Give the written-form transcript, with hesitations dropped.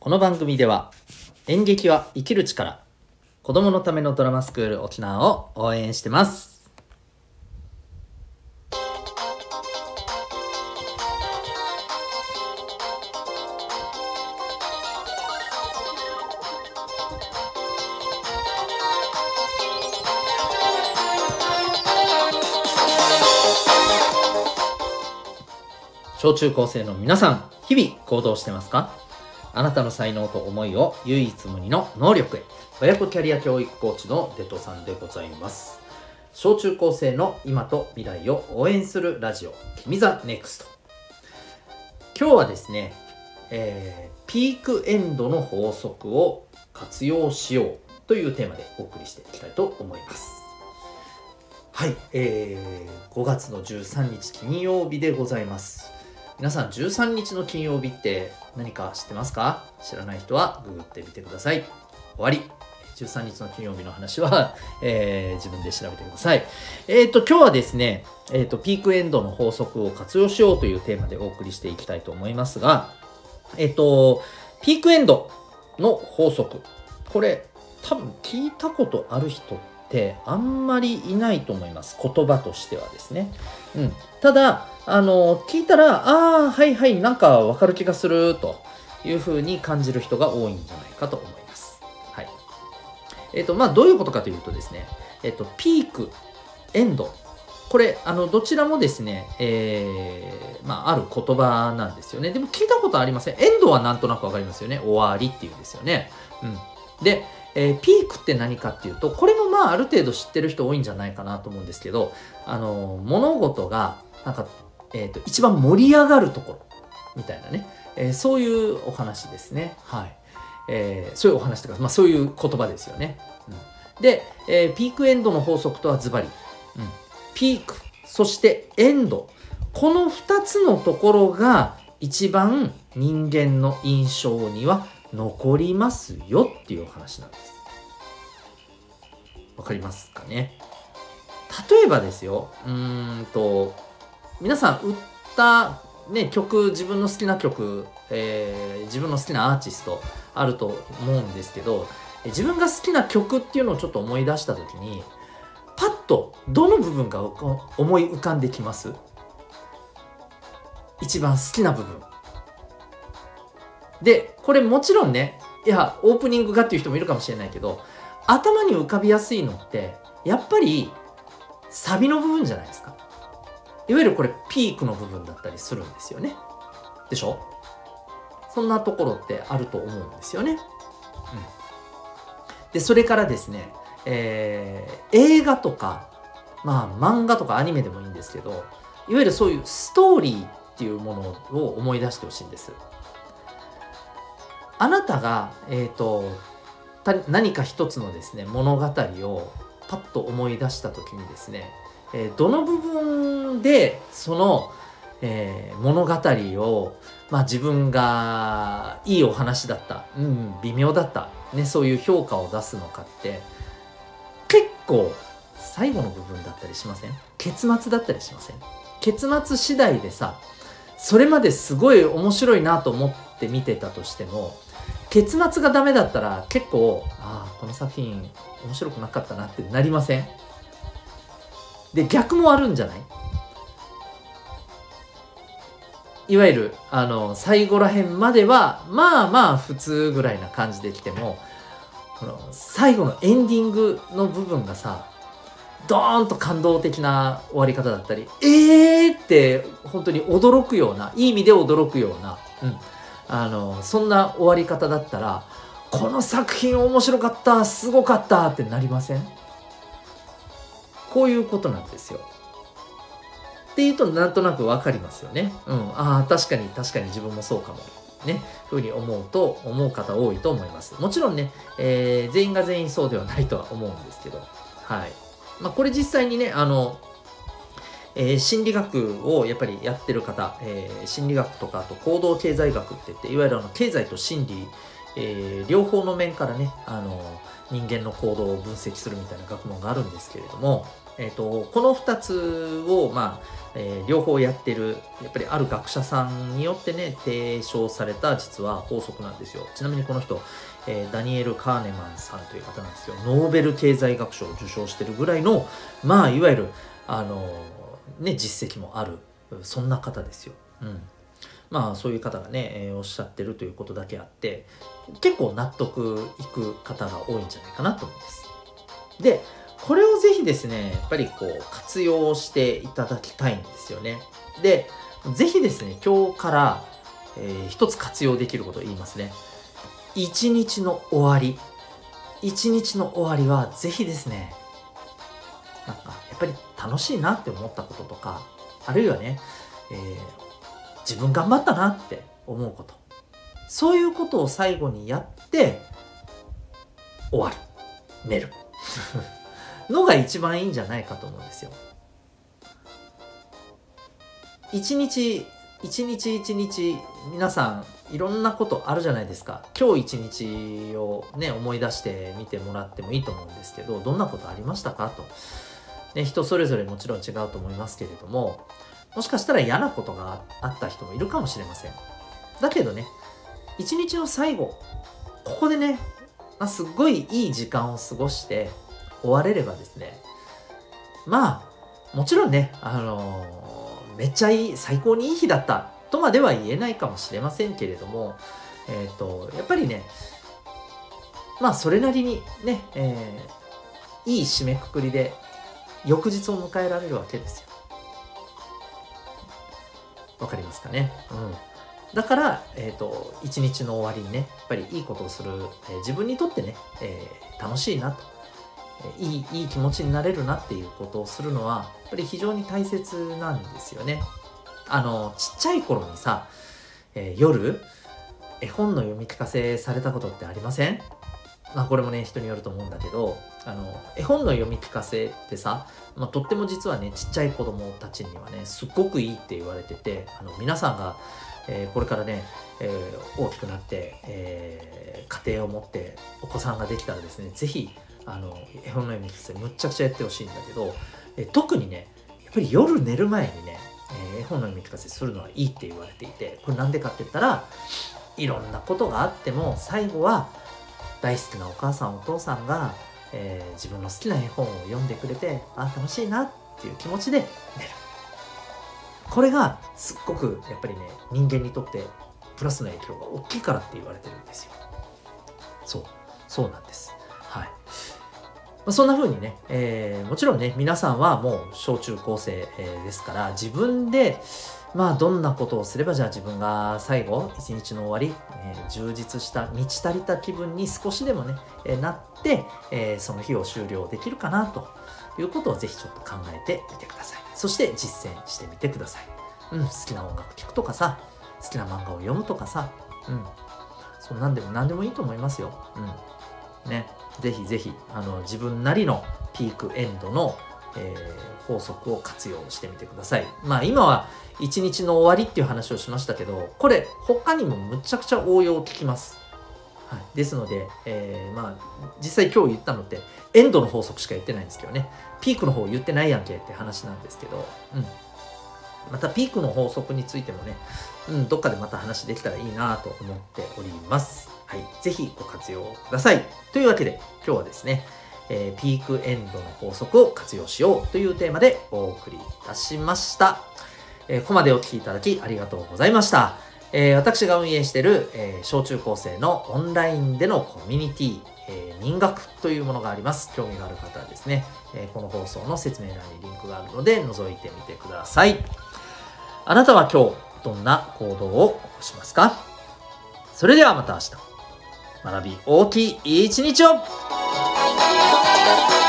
この番組では演劇は生きる力、子供のためのドラマスクール沖縄を応援してます。小中高生の皆さん、日々行動してますか？あなたの才能と思いを唯一無二の能力へ。親子キャリア教育コーチのデトさんでございます。小中高生の今と未来を応援するラジオ、君ザネクスト。今日はですね、ピークエンドの法則を活用しようというテーマでお送りしていきたいと思います。はい、5月の13日金曜日でございます。皆さん13日の金曜日って何か知ってますか？知らない人はググってみてください。終わり。13日の金曜日の話は、自分で調べてください。今日はですね、ピークエンドの法則を活用しようというテーマでお送りしていきたいと思いますが、ピークエンドの法則、これ多分聞いたことある人ってあんまりいないと思います。言葉としてはですね。ただ聞いたらはいはいなんかわかる気がするというふうに感じる人が多いんじゃないかと思います。はい。どういうことかというとですね、ピークエンド、これどちらもですね、ある言葉なんですよね。でも聞いたことありません。エンドはなんとなくわかりますよね。終わりっていうんですよね。で、ピークって何かっていうと、これもある程度知ってる人多いんじゃないかなと思うんですけど、物事がなんか一番盛り上がるところみたいなね、そういうお話ですね。はい。そういうお話とか、そういう言葉ですよね。で、ピークエンドの法則とはズバリ、ピーク、そしてエンド、この2つのところが一番人間の印象には残りますよっていうお話なんです。わかりますかね？例えばですよ、皆さん歌ね、曲、自分の好きな曲、自分の好きなアーティストあると思うんですけど、自分が好きな曲っていうのをちょっと思い出した時に、パッとどの部分が思い浮かんできます？一番好きな部分で、これもちろんね、オープニングがっていう人もいるかもしれないけど、頭に浮かびやすいのってやっぱりサビの部分じゃないですか。いわゆるこれピークの部分だったりするんですよね。でしょ？そんなところってあると思うんですよね。で、それからですね、映画とか、漫画とかアニメでもいいんですけど、いわゆるそういうストーリーっていうものを思い出してほしいんです。あなたが、何か一つのですね、物語をパッと思い出した時にですね、どの部分でその、物語を、自分がいいお話だった、微妙だった、ね、そういう評価を出すのかって結構最後の部分だったりしません？結末だったりしません？結末次第でさ、それまですごい面白いなと思って見てたとしても、結末がダメだったら結構この作品面白くなかったなってなりません？で、逆もあるんじゃない？いわゆる最後らへんまでは普通ぐらいな感じで来ても、この最後のエンディングの部分がさ、ドーンと感動的な終わり方だったり、って本当に驚くような、いい意味で驚くような、そんな終わり方だったら、この作品面白かった、すごかったってなりません？こういうことなんですよ。っていうとなんとなくわかりますよね。確かに自分もそうかもね、ふうに思う方多いと思います。もちろんね、全員が全員そうではないとは思うんですけど、はい。これ実際にね、心理学をやっぱりやってる方、心理学とかあと行動経済学って言って、いわゆる経済と心理、両方の面からね、人間の行動を分析するみたいな学問があるんですけれども、 この2つを、両方やってる、やっぱりある学者さんによってね、提唱された実は法則なんですよ。ちなみにこの人、ダニエル・カーネマンさんという方なんですよ。ノーベル経済学賞を受賞してるぐらいの、いわゆる、実績もある、そんな方ですよ。そういう方がね、おっしゃってるということだけあって、結構納得いく方が多いんじゃないかなと思います。で、これをぜひですね、やっぱり活用していただきたいんですよね。で、ぜひですね、今日から、一つ活用できることを言いますね。一日の終わりはぜひですね、やっぱり楽しいなって思ったこととか、あるいはね、自分頑張ったなって思うこと、そういうことを最後にやって終わる、寝るのが一番いいんじゃないかと思うんですよ。一日皆さんいろんなことあるじゃないですか。今日一日をね、思い出してみてもらってもいいと思うんですけど、どんなことありましたかと、ね、人それぞれもちろん違うと思いますけれども、もしかしたら嫌なことがあった人もいるかもしれません。だけどね、一日の最後、ここでね、すっごいいい時間を過ごして終われればですね、もちろんね、めっちゃいい、最高にいい日だったとまでは言えないかもしれませんけれども、やっぱりね、それなりにね、いい締めくくりで翌日を迎えられるわけですよ。わかりますかね。だから、一日の終わりにね、やっぱりいいことをする、自分にとってね、楽しいなと、いい気持ちになれるなっていうことをするのは、やっぱり非常に大切なんですよね。ちっちゃい頃にさ、夜、絵本の読み聞かせされたことってありません？これもね、人によると思うんだけど、絵本の読み聞かせってさ、とっても実はね、ちっちゃい子供たちにはね、すっごくいいって言われてて、皆さんが、これからね、大きくなって、家庭を持ってお子さんができたらですね、ぜひ絵本の読み聞かせむっちゃくちゃやってほしいんだけど、特にね、やっぱり夜寝る前にね、絵本の読み聞かせするのはいいって言われていて、これなんでかって言ったら、いろんなことがあっても最後は大好きなお母さんお父さんが、自分の好きな絵本を読んでくれて、楽しいなっていう気持ちで寝る。これがすっごくやっぱりね、人間にとってプラスの影響が大きいからって言われてるんですよ。そうなんです。はい。そんな風にね、もちろんね、皆さんはもう小中高生、ですから、自分でどんなことをすれば、じゃあ自分が最後一日の終わり、充実した満ち足りた気分に少しでもね、なって、その日を終了できるかなということをぜひちょっと考えてみてください。そして実践してみてください。好きな音楽聴くとかさ、好きな漫画を読むとかさ、そんなんでも何でもいいと思いますよ。ね、ぜひぜひ自分なりのピークエンドの、法則を活用してみてください。今は一日の終わりっていう話をしましたけど、これ他にもむちゃくちゃ応用効きます。はい、ですので、実際今日言ったのってエンドの法則しか言ってないんですけどね、ピークの方言ってないやんけって話なんですけど、またピークの法則についてもね、どっかでまた話できたらいいなと思っております。はい、ぜひご活用ください。というわけで今日はですね、ピークエンドの法則を活用しようというテーマでお送りいたしました。ここまでお聞きいただきありがとうございました。私が運営している、小中高生のオンラインでのコミュニティ、民学というものがあります。興味がある方はですね、この放送の説明欄にリンクがあるので覗いてみてください。あなたは今日どんな行動を起こしますか？それではまた明日。学び大きい一日を。